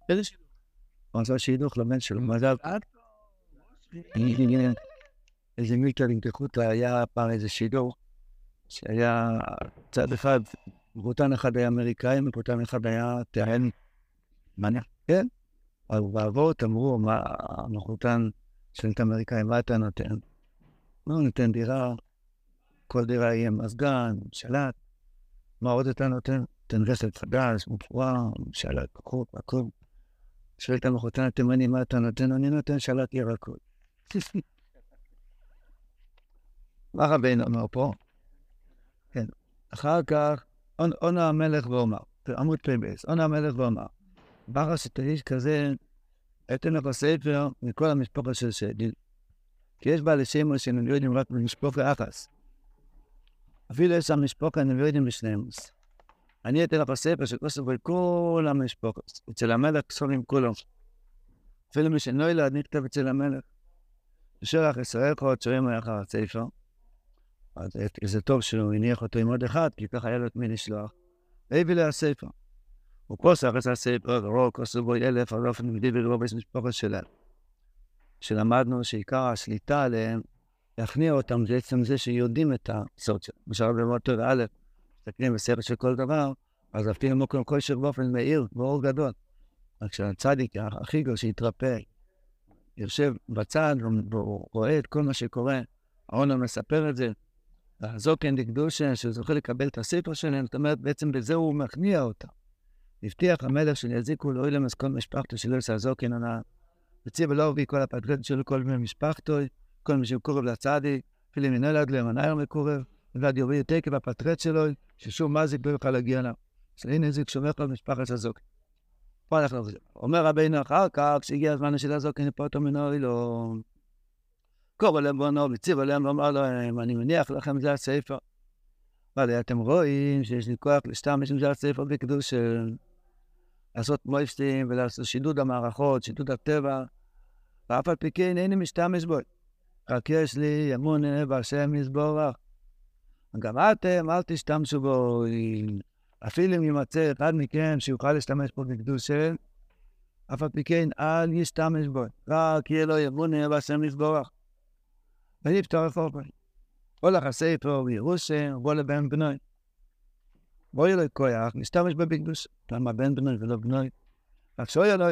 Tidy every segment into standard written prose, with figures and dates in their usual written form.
איזה שידוך? הוא עשה שידוך לבן שלו, מזל. איזה מילטר להתיחות, היה פעם איזה שידוך, שהיה צד אחד, פרוטן אחד היה אמריקאי, ופרוטן אחד היה תיארני. מעניין, כן? אז בעבוד אמרו, מה המחותן של אמריקאי, מה אתה נותן? הוא נותן דירה, כל דירה יהיה מזגן, שלט. מה עוד אתה נותן? תן רסת חדש, מפורר, שלט, כחול, הכל. שואל את המחותן התימני, מה אתה נותן? אני נותן שלט ירקות. מה רבינו אמר פה? כן. אחר כך, עונה המלך ואומר, עמוד פייבס, עונה המלך ואומר, ברש את האיש כזה, אתן לך ספר מכל המשפחה של שדיל. כי יש בעלי שמש שהם יודעים רק במשפחה אחס. אפילו יש שם משפחה, הם יודעים בשניהם. אני אתן לך ספר שכוסף בכל המשפחות. אצל המלך כסורים כולו. אפילו מי שנוילד נכתב אצל המלך. ששלח ישראל חוד שורים אחר הספר. אז זה טוב שהוא הניח אותו עם עוד אחד, כי ככה היה לו את מי לשלוח. והביא לה הספר. הוא כוסף את הספר, ורוב כוסף בו 1,000, על אופן מגדי ורוב משפחה שלהם. שלמדנו שעיקר השליטה עליהם, להכניע אותם, זה עצם זה שיודעים את הסוד שלהם. בשביל במות טוב א', מסתכלים בספר של כל דבר, אז אפילו מוקם כושר באופן מאיר, באור גדול. רק כשהצדיק, הכי גדול שהתרפא, יושב בצד, והוא רואה את כל מה שקורה, העונה מספר את זה, הזוקן דקדושה, שהוא זוכה לקבל את הספר שלהם, זאת אומרת, בעצם בזה הוא מכניע אותם. הבטיח המלך שיזיקו לא ילמס כל משפחתו שלא יעשה הזוקן הנאה. וציב ולא הוביל כל הפטרט שלו, כל מי משפחתו, כל מי שהוא קורב לצדיק, אפילו אם נולד לו, מנהר מקורב, ועד יוביל תקב הפטרט שלו, ששום מזיק לא יוכל להגיע לה. אז הנה זיק שומר כל משפחת הזוקן. פה אנחנו חושבים. אומר רבינו אחר כך, כשהגיע הזמן של הזוקן, פה אותו מנהל לו. קורב עליהם בונו, וציב עליהם ואמר להם, אני מניח לכם זה הספר. אבל אתם רואים שיש לי כוח להשתמש עם זה הספר בקדוש לעשות מויפסטים ולעשות שידוד המערכות, שידוד הטבע, ואף על פי כן איני משתמש בו. רק יש לי אמונה בהשם יזבורך. גם אתם אל תשתמשו בו, אפילו אם יימצא אחד מכם שיוכל להשתמש בו בקדושה, אף על פי כן אל ישתמש בו. רק יהיה לו אמונה בהשם יזבורך. ונפתור את אופן. בוא לך הספר וירושה, בוא לבן בנוי. בוא יהיה לו כוח, נשתמש בו בקדושה. למה בן בנוי ולא בנוי? רק שואל יהיה לו...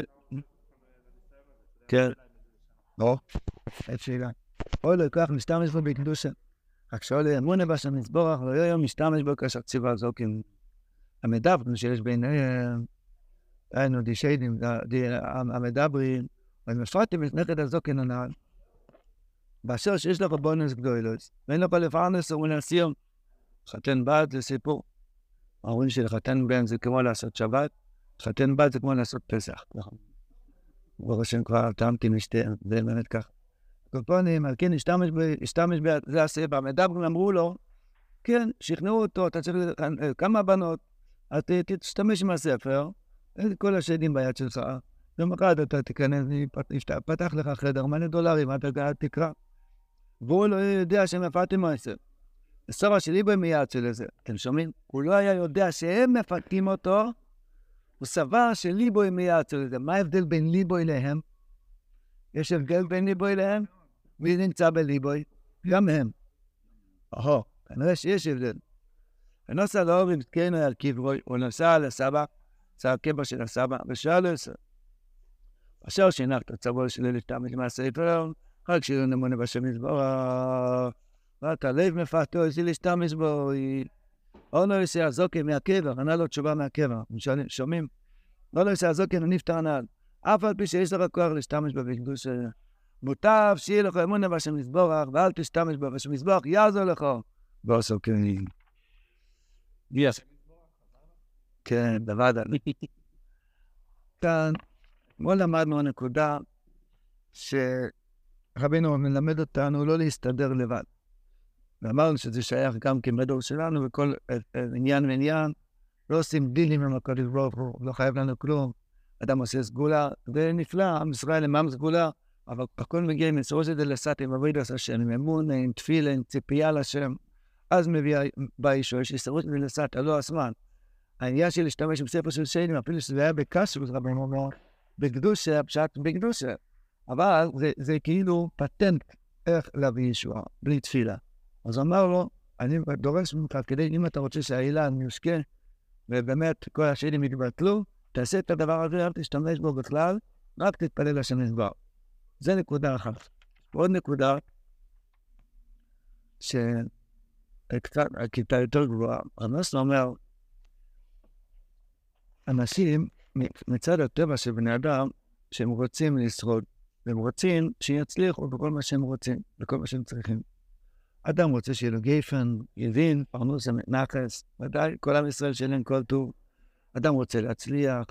כן. לא. את שאלה. בוא לו כוח, נשתמש בו בקדושה. רק שואל יהיה אמונה בהשם יזבורך, לא יהיה משתמש בו כאשר ציווה זו, כי המדברים שיש ביניהם, היינו דישיידים, המדברים, ומפרטים את נכד הזוקן הנעל. באשר שיש לך בונוס גדולוס, ואין לך לפרנס ולהסיר, חתן בת זה סיפור. אומרים שלחתן בן זה כמו לעשות שבת, חתן בת זה כמו לעשות פסח. ברוך השם כבר טעמתי משתיהם, זה באמת כך. קופונים, על כן השתמש זה הספר, המדברים אמרו לו, כן, שכנעו אותו, אתה צריך כמה בנות, אז תשתמש עם הספר, כל השדים ביד שלך, יום אחד אתה תיכנס, פתח לך חדר, $1,000, אתה תקרא. והוא לא יודע שהם מפתים מעשר. הסבא של ליבוי מיד של זה, אתם שומעים? הוא לא היה יודע שהם מפתים אותו, הוא סבר של ליבוי מיד של זה. מה ההבדל בין ליבוי להם? יש הבדל בין ליבוי להם? מי נמצא בליבוי? גם הם. כנראה שיש הבדל. הוא נסע להורים, כן היה על קברוי, הוא נסע לסבא, נסע הקבר של הסבא, ושאל לו, אשר שינח את הצבוע שלי להשתמש מהספר, רק שיהיה נמונה בשם יזבורך, ואתה לב מפתו, יש לי להשתמש בו, לא יעשה הזוקן מהקבר, ענה לו תשובה מהקבר, שומעים? לא יעשה הזוקן, הוא נפטר נעל. אף על פי שיש לך כוח להשתמש בו בקדוש, מוטב שיהיה לך אמונה בשם יזבורך, ואל תשתמש בו בשם יזבורך, יעזור לך. ועשו כן. כן, בוודאי. כאן, בוא למדנו הנקודה שרבינו מלמד אותנו לא להסתדר לבד. ואמרנו שזה שייך גם כמדור שלנו, וכל עניין ועניין, לא עושים דילים עם הקדוש ברוך הוא, לא חייב לנו כלום. אדם עושה סגולה, זה נפלא, עם ישראל למעם סגולה, אבל הכל מגיע עם מסורו של דלסת, עם עבודת השם, עם אמונה, עם תפילה, עם ציפייה לשם, אז מביא באישו, יש מסורו של דלסת, לא הזמן. העניין של להשתמש עם ספר של שנים, אפילו שזה היה בקסרוס, רבינו אומר, בקדושה, הפשט בקדושה. אבל זה כאילו פטנט איך להביא ישועה, בלי תפילה. אז אמר לו, אני דורש ממך, כדי אם אתה רוצה שהאילן יושקה, ובאמת כל השאלים יתבטלו, תעשה את הדבר הזה, אל תשתמש בו בכלל, רק תתפלל לשם יתברך. זה נקודה אחת. עוד נקודה, שקצת, הכיתה יותר גבוהה, הנס אומר, אנשים מצד הטבע של בני אדם, שהם רוצים לשרוד, והם רוצים שיצליחו בכל מה שהם רוצים, בכל מה שהם צריכים. אדם רוצה שיהיה לו גפן, יבין, פרנוס, נחס, ודאי, כל עם ישראל שלהם כל טוב. אדם רוצה להצליח,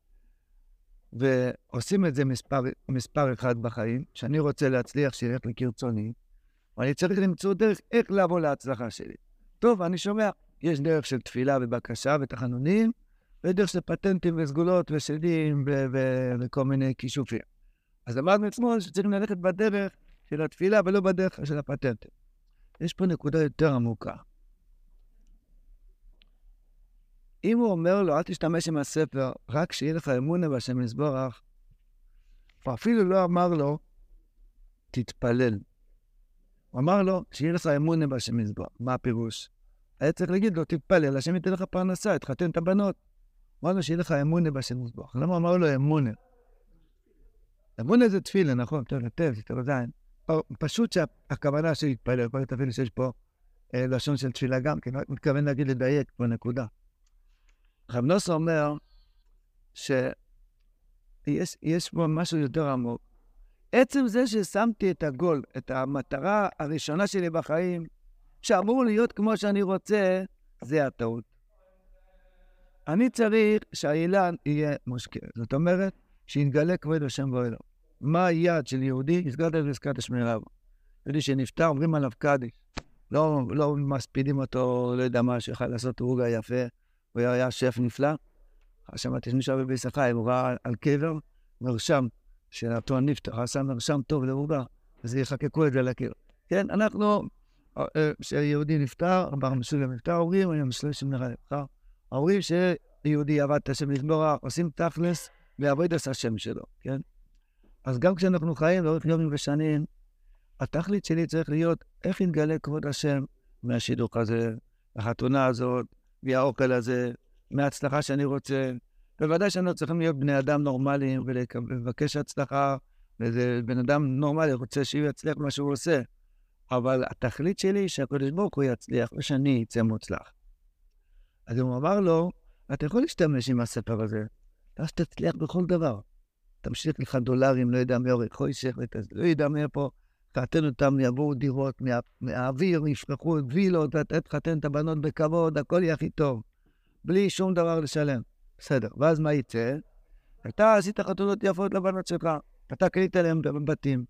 ועושים את זה מספר אחד בחיים, שאני רוצה להצליח שילך לקרצוני, ואני צריך למצוא דרך איך לבוא להצלחה שלי. טוב, אני שומע, יש דרך של תפילה ובקשה ותחנונים, ודרך של פטנטים וסגולות ושדים וכל מיני כישופים. אז למדנו אתמול שצריכים ללכת בדרך של התפילה ולא בדרך של הפטנטים. יש פה נקודה יותר עמוקה. אם הוא אומר לו, אל תשתמש עם הספר, רק שיהיה לך אמונה בשם יתברך, הוא אפילו לא אמר לו, תתפלל. הוא אמר לו, שיהיה לך אמונה בשם יתברך. מה הפירוש? היה צריך להגיד לו, תתפלל, השם ייתן לך פרנסה, תחתן את הבנות. אמר לו, שיהיה לך אמונה בשם יתברך. למה אמר לו אמונה? אמונה זה תפילה, נכון? טוב, פשוט שהכוונה של להתפלל, יכול להיות אפילו שיש פה לשון של תפילה גם, כי אני מתכוון להגיד לדייק פה נקודה. רב נוסר אומר שיש פה משהו יותר עמוק. עצם זה ששמתי את הגול, את המטרה הראשונה שלי בחיים, שאמור להיות כמו שאני רוצה, זה הטעות. אני צריך שהאילן יהיה מושקע. זאת אומרת, שיתגלה כבוד השם באלוהים. מה היעד של יהודי? הזכרת את חזקת השמירה בו. יהודי שנפטר, אומרים עליו קדיש. לא מספידים אותו, לא יודע מה, שיכל לעשות רוגע יפה, הוא היה שף נפלא. שמעתי שמישהו בביס החיים, הוא ראה על קבר, מרשם של אותו הנפטר, עשה מרשם טוב לרוגע, אז יחקקו את זה לקיר. כן, אנחנו, שיהודי נפטר, ארבע מסוים נפטר, אומרים, אני מסלול שמנרה נפטר, אומרים שיהודי עבד את השם יתברך, עושים תכלס, ועבוד את השם שלו, כן? אז גם כשאנחנו חיים לאורך יומים ושנים, התכלית שלי צריך להיות איך יתגלה כבוד השם מהשידוך הזה, החתונה הזאת, מהאוכל הזה, מההצלחה שאני רוצה. בוודאי שאנחנו צריכים להיות בני אדם נורמליים ולבקש הצלחה, וזה בן אדם נורמלי רוצה שהוא יצליח מה שהוא עושה. אבל התכלית שלי היא שהקדוש ברוך הוא יצליח ושאני אצא מוצלח. אז הוא אמר לו, אתה יכול להשתמש עם הספר הזה, אז תצליח בכל דבר. תמשיך לך דולרים, לא יודע מאורך חוישך, לא יודע מאיפה, תחתן אותם, יבואו דירות מהאוויר, יפרחו וילות, תחתן את הבנות בכבוד, הכל יהיה הכי טוב, בלי שום דבר לשלם. בסדר, ואז מה יצא? אתה עשית חתונות יפות לבנות שלך, אתה קנית להם בבתים.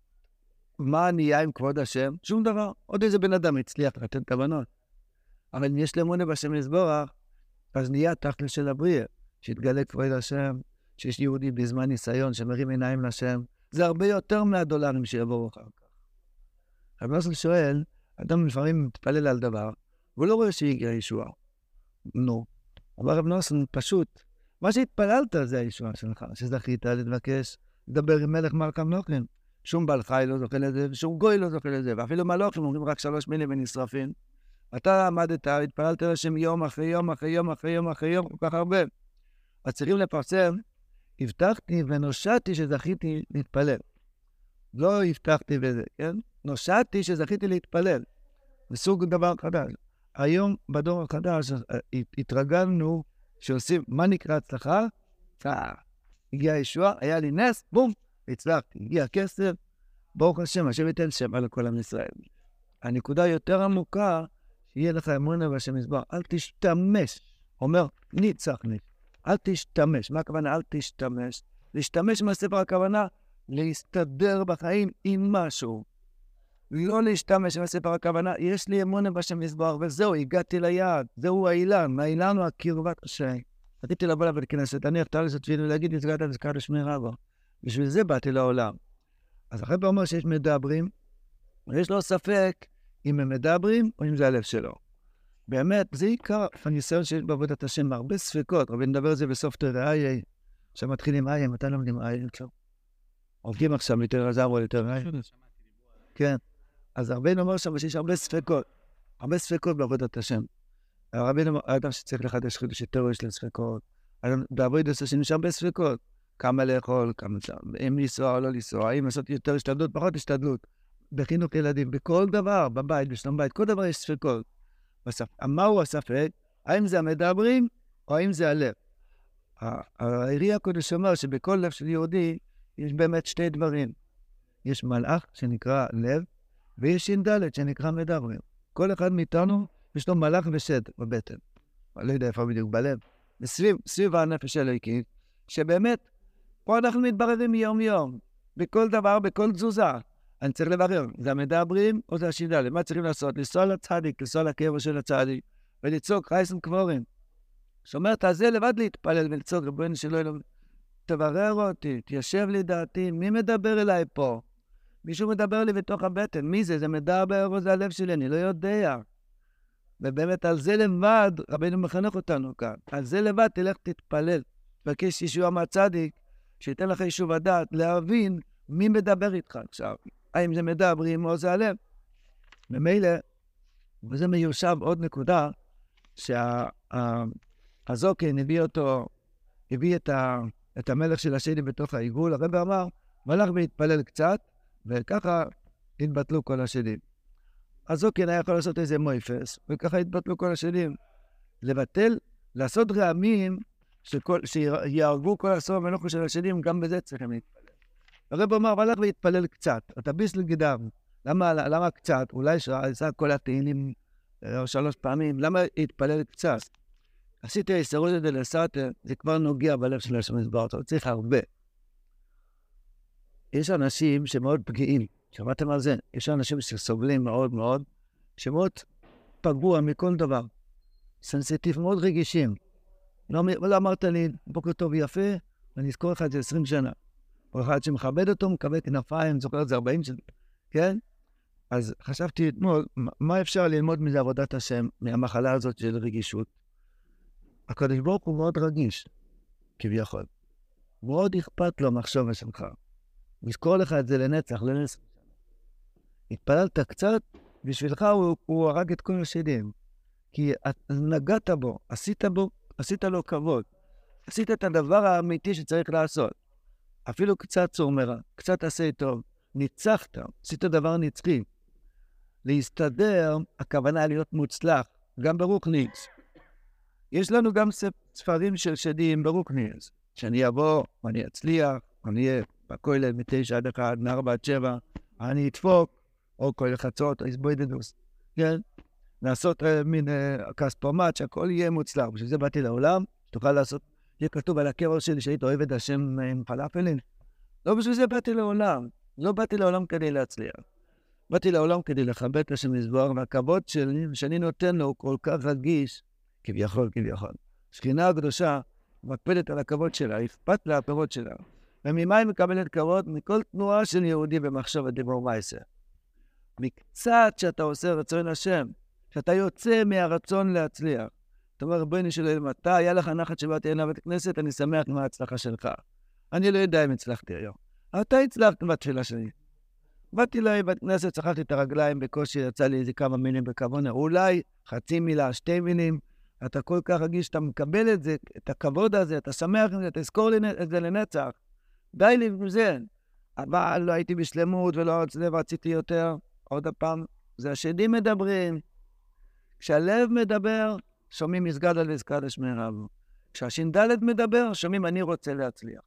מה נהיה עם כבוד השם? שום דבר. עוד איזה בן אדם הצליח לחתן את הבנות. אבל אם יש אמונה בשם יתברך, אז נהיה תכלס של הבריאה, שיתגלה כבוד השם, שיש יהודי בזמן ניסיון שמרים עיניים לשם, זה הרבה יותר מהדולרים שיבואו אחר כך. רב נוסר שואל, אדם לפעמים מתפלל על דבר, והוא לא רואה שהגיע ישועה. נו. אבל רב נוסר פשוט, מה שהתפללת זה הישועה שלך, שזכית לבקש, לדבר עם מלך מלך המלוכים. שום בעל חי לא זוכה לזה, ושום גוי לא זוכה לזה, ואפילו מלוכים אומרים רק 3 מילים ונשרפים. אתה עמדת, התפללת לשם יום אחרי יום אחרי יום אחרי יום אחרי יום, כל כך הרבה. אז צריכים לפרסם, הבטחתי ונושעתי שזכיתי להתפלל. לא הבטחתי בזה, כן? נושעתי שזכיתי להתפלל. בסוג דבר חדש. היום בדור החדש התרגלנו שעושים, מה נקרא הצלחה? הגיע הישועה, היה לי נס, בום, הצלחתי. הגיע כסף, ברוך השם, השם ייתן שם על כל עם ישראל. הנקודה יותר עמוקה, שיהיה לך אמונה בשם יתברך, אל תשתמש. אומר, ניצחני. אל תשתמש. מה הכוונה? אל תשתמש. להשתמש מהספר הכוונה, להסתדר בחיים עם משהו. לא להשתמש מהספר הכוונה, יש לי אמונה בשם יתברך, וזהו, הגעתי ליעד. זהו האילן. האילן הוא הקרבת השם. רציתי לבוא לבית כנסת, אני אפתר לזה תפילה ולהגיד, נזכרת וזכרת לשמי רבו. בשביל זה באתי לעולם. אז אחרי פעם אומר שיש מדברים, ויש לו ספק אם הם מדברים או אם זה הלב שלו. באמת, זה עיקר הניסיון שיש בעבודת השם, הרבה ספקות, אבל נדבר על זה בסוף תראה, עכשיו מתחילים עין, מתי לומדים עין? עובדים עכשיו יותר עזר או יותר עין? כן. אז רבינו אומר שם שיש הרבה ספקות בעבודת השם. רבינו אומר, האדם שצריך לחדש חידוש יותר יש להם ספקות. בעבודת השם יש הרבה ספקות. כמה לאכול, אם לנסוע או לא לנסוע, אם לעשות יותר השתדלות, פחות השתדלות. בחינוך ילדים, בכל דבר, בבית, בשלום בית, כל דבר יש ספקות. מהו הספק? האם זה המדברים או האם זה הלב? העירי הקודש אומר שבכל לב של יהודי יש באמת שתי דברים. יש מלאך שנקרא לב, ויש ש"ד שנקרא מדברים. כל אחד מאיתנו יש לו מלאך ושד בבטן. אני לא יודע איפה בדיוק בלב. סביב הנפש אלוקית, שבאמת, פה אנחנו מתבררים יום-יום. בכל דבר, בכל תזוזה. אני צריך לברר, זה המדברים או זה הש"ד? מה צריכים לעשות? לנסוע לצדיק, לנסוע לקבר של הצדיק, ולצעוק חייסם קבורים. שאומרת, אז זה לבד להתפלל ולצעוק, רבנו שלא אלוהים. תברר אותי, תיישב לי דעתי, מי מדבר אליי פה? מישהו מדבר לי בתוך הבטן, מי זה? זה מדבר או זה הלב שלי? אני לא יודע. ובאמת על זה לבד, רבנו מחנך אותנו כאן, על זה לבד תלך תתפלל, תבקש ישועה מהצדיק, שייתן לך יישוב הדעת, להבין מי מדבר איתך עכשיו. האם זה מדברים או זה הלב? ממילא, וזה מיושב עוד נקודה, שהזוקן הביא את המלך של השני בתוך העיגול, הרב אמר, מלך והתפלל קצת, וככה התבטלו כל השדים. הזוקן היה יכול לעשות איזה מויפס, וככה התבטלו כל השדים. לבטל, לעשות רעמים, שיהרגו כל הסוף מנוחו של השדים, גם בזה צריכים להתפלל. הרב אמר, מלך והתפלל קצת, אתה ביסל גדם. למה קצת? אולי שעשה כל התהילים 3 פעמים, למה התפלל קצת? עשיתי הישרות את זה לסתר, זה כבר נוגע בלב של השם יתברך, צריך הרבה. יש אנשים שמאוד פגיעים, שמעתם על זה? יש אנשים שסובלים מאוד מאוד, שמאוד פגוע מכל דבר. סנסיטיב, מאוד רגישים. לא אמרת לי, בוקר טוב יפה, ואני אזכור לך את זה 20 שנה. או אחד שמכבד אותו, מקבל כנפיים, זוכר את זה 40 שנה, כן? אז חשבתי אתמול, מה אפשר ללמוד מזה עבודת השם, מהמחלה הזאת של רגישות? הקדוש ברוך הוא מאוד רגיש, כביכול. מאוד אכפת לו מחשוב שלך. נזכור לך את זה לנצח. התפללת קצת, בשבילך הוא הרג את כל השדים. כי נגעת בו, עשית לו כבוד. עשית את הדבר האמיתי שצריך לעשות. אפילו קצת צורמרה, קצת עשה טוב. ניצחת, עשית דבר נצחי. להסתדר, הכוונה להיות מוצלח, גם ברוכניס. יש לנו גם ספרים של שדים ברוכניס. שאני אבוא, אני אצליח, אני אהיה בכולל מ-9 עד 1, מ-4 עד 7, אני אדפוק, או כל חצות, או איסבוידדוס, כן? לעשות מין כספומט, שהכל יהיה מוצלח. בשביל זה באתי לעולם, שתוכל לעשות, יהיה כתוב על הקבר שלי שהיית אוהב את השם עם פלאפלין. לא בשביל זה באתי לעולם. לא באתי לעולם כדי להצליח. באתי לעולם כדי לכבד את השם יתברך, והכבוד שלי, שאני נותן לו, הוא כל כך רגיש, כביכול. שכינה הקדושה מקפדת על הכבוד שלה, אכפת לה הפירות שלה. וממה היא מקבלת כבוד? מכל תנועה של יהודי במחשב ודיבור מייסר. מקצת שאתה עושה רצון השם, שאתה יוצא מהרצון להצליח. אתה אומר, רבנו שלום, אתה, היה לך נחת שבאתי הנה בית הכנסת, אני שמח מה ההצלחה שלך. אני לא יודע אם הצלחתי היום. אתה הצלחת בתפילה שלי. באתי לבית כנסת, שכחתי את הרגליים, בקושי יצא לי איזה כמה מילים בכוונה, אולי חצי מילה, 2 מילים, אתה כל כך רגיש, אתה מקבל את זה, את הכבוד הזה, אתה שמח עם זה, תזכור את זה לנצח. די לי בזה. אבל לא הייתי בשלמות ולא רציתי יותר. עוד הפעם, זה השדים מדברים. כשהלב מדבר, שומעים מסגד על מסגד השמי רב. כשהש"ד מדבר, שומעים אני רוצה להצליח.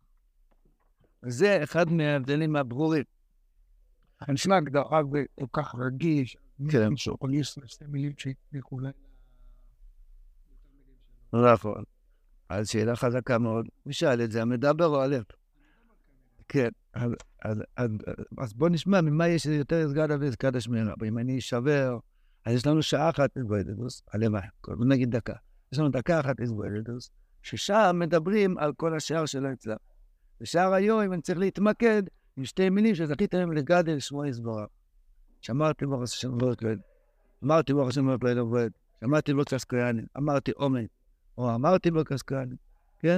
זה אחד מההבדלים הברורים. אני נשמע הגדרה כל כך רגיש, כן. שכל יש 2 מילים שהתניחו להם. נכון. אז שאלה חזקה מאוד. מי שאל את זה, המדבר או הלב? כן. אז בוא נשמע, ממה יש יותר מסגד על מסגד השמי רב. אם אני אשבר, אז יש לנו שעה אחת איסבוידדוס, עלמה, נגיד דקה. יש לנו דקה אחת איסבוידדוס, ששם מדברים על כל השאר שלא אצלם. בשאר היום אני צריך להתמקד עם 2 מילים שזכיתי להם לגדל שמו יסבורה. שמרתי ברוך השם ורד לד, אמרתי ברוך השם ורד לד, שמעתי ברוך קסקויאנים, אמרתי אומן, או אמרתי ברוך קסקויאנים, כן?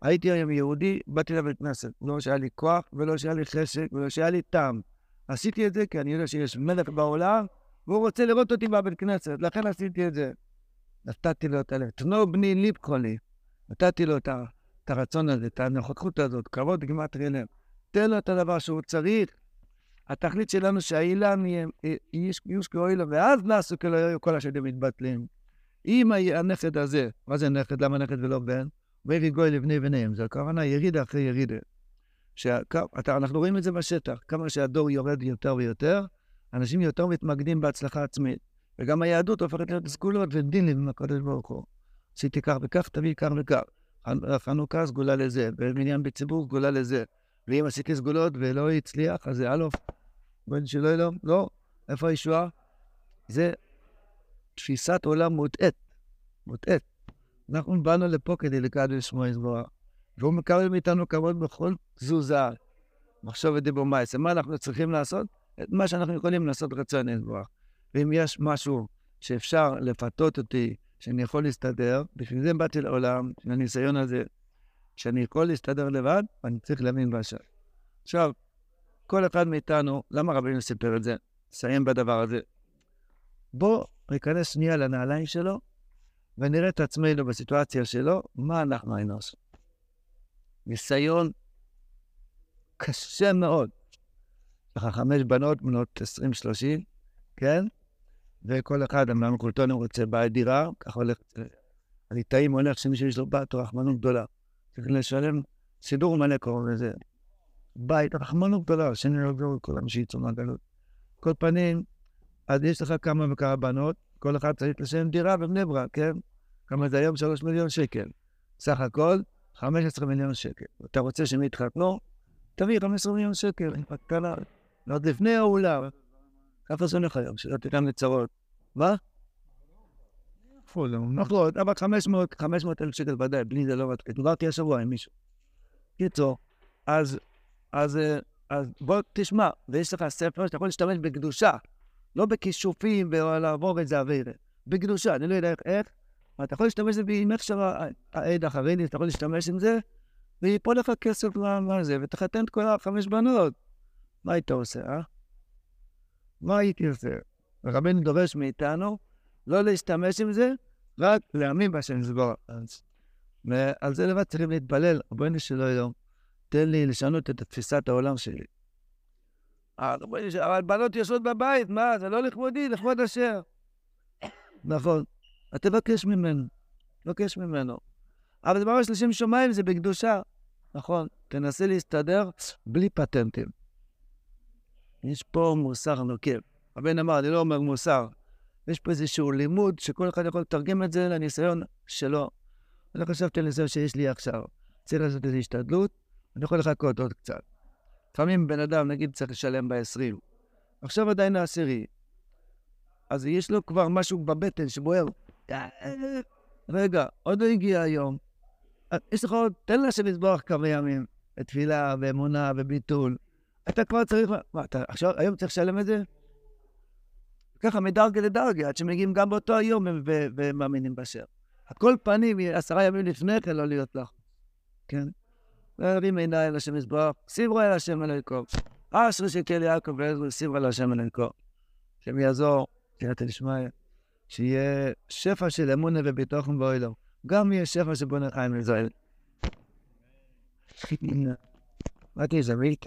הייתי היום יהודי, באתי לבית כנסת. לא שהיה לי כוח, ולא שהיה לי חשק, ולא שהיה לי טעם. עשיתי את זה כי אני יודע שיש מלך בעולם, והוא רוצה לראות אותי בבית כנסת, לכן עשיתי את זה. נתתי לו את הלב. תנו בני ליבך לי. נתתי לו את הרצון הזה, את הנוכחות הזאת, כבוד כמעט רלם. תן לו את הדבר שהוא צריך. התכלית שלנו שהאילם יהיו כאוילם, ואז נעשו כאילו כל השדים מתבטלים. אם הנכד הזה, מה זה נכד? למה נכד ולא בן? ויביא גוי לבני בניהם. זה הכוונה ירידה אחרי ירידה. אנחנו רואים את זה בשטח. כמה שהדור יורד יותר ויותר, אנשים יותר מתמקדים בהצלחה עצמית. וגם היהדות הופכת להיות סגולות ודינים עם הקדוש ברוך הוא. עשיתי כך וכך, תביא כך וכך. חנוכה סגולה לזה, ומניין בציבור סגולה לזה. ואם עשיתי סגולות ולא הצליח, אז זה אלוף. בואי שלא יהיה לו, לא. איפה הישועה? זה תפיסת עולם מוטעת. מוטעת. אנחנו באנו לפה כדי לקדש שמו יתברך. והוא מקבל מאיתנו כבוד בכל תזוזה. מחשוב ודיבור מעשה. מה אנחנו צריכים לעשות? את מה שאנחנו יכולים לעשות רצון יתברך. ואם יש משהו שאפשר לפתות אותי, שאני יכול להסתדר, בשביל זה באתי לעולם, לניסיון הזה, שאני יכול להסתדר לבד, אני צריך להאמין בהשם. עכשיו, כל אחד מאיתנו, למה רבינו סיפר את זה? נסיים בדבר הזה. בוא ניכנס שנייה לנעליים שלו, ונראה את עצמנו בסיטואציה שלו, מה אנחנו היינו עושים. ניסיון קשה מאוד. יש לך 5 בנות, בנות 20-30, כן? וכל אחד, אמרנו קולטונים רוצה בית דירה, ככה הולך, הליטאים הולך שמישהו יש לו בת, רחמנות גדולה. צריך לשלם סידור מלא קרוב לזה. בית, רחמנות גדולה, שאני לא גדול, כל המשיצו מהגלות. כל פנים, אז יש לך כמה וכמה בנות, כל אחד צריך לשלם דירה בבני ברק, כן? כמה זה היום? 3 מיליון שקל. סך הכל, 15 מיליון שקל. אתה רוצה שהם יתחתנו? תביא 15 מיליון שקל. קטנה. עוד לפני האולם. ככה זה הולך היום, שלא תיתן לצרות. מה? נכון, אבל 500,000 שקל ודאי, בלי זה לא ודאי. דיברתי השבוע עם מישהו. קיצור, אז בוא תשמע, ויש לך ספר שאתה יכול להשתמש בקדושה, לא בכישופים ולעבור את זה אווירה. בקדושה, אני לא יודע איך, אבל אתה יכול להשתמש בזה עם איך העד החרדי, אתה יכול להשתמש עם זה, ויפול לך כסף לזה, ותחתן את כל 5 בנות. מה היית עושה, מה הייתי עושה? רבינו דורש מאיתנו לא להשתמש עם זה, רק להאמין בהשם יתברך. ועל זה לבד צריכים להתפלל, רבינו שלא היום, תן לי לשנות את תפיסת העולם שלי. אבל בנות יושבות בבית, מה? זה לא לכבודי, לכבוד השם. נכון, אתה תבקש ממנו, תבקש ממנו. אבל זה ממש לשם שמיים, זה בקדושה. נכון, תנסה להסתדר בלי פטנטים. יש פה מוסר נוקב. הבן אמר, אני לא אומר מוסר. יש פה איזשהו לימוד שכל אחד יכול לתרגם את זה לניסיון שלו. אני חשבתי על ניסיון שיש לי עכשיו. צריך לעשות איזו השתדלות, אני יכול לחכות עוד קצת. לפעמים בן אדם, נגיד, צריך לשלם ב-20. עכשיו עדיין ה-10. אז יש לו כבר משהו בבטן שבוער. רגע, עוד לא הגיע היום. יש לך עוד, תן לה שנתברך כמה ימים. בתפילה, באמונה, בביטול. אתה כבר צריך, מה, אתה עכשיו, היום צריך לשלם את זה? ככה מדרגה לדרגה, עד שמגיעים גם באותו היום ומאמינים בשם. הכל פנים, 10 ימים לפני כן לא להיות לך. כן? להרים עיניי אל השם יתברך, סיברו אל השם אלוהיכם. אשרי שכן יעקב ועזרא סיברו אל השם אלוהיכם. השם יעזור, תהייתא דשמיא, שיהיה שפע של אמונה וביטחון באלוהים. גם יהיה שפע שבונה חיים לישראל. מה תהיה זווית?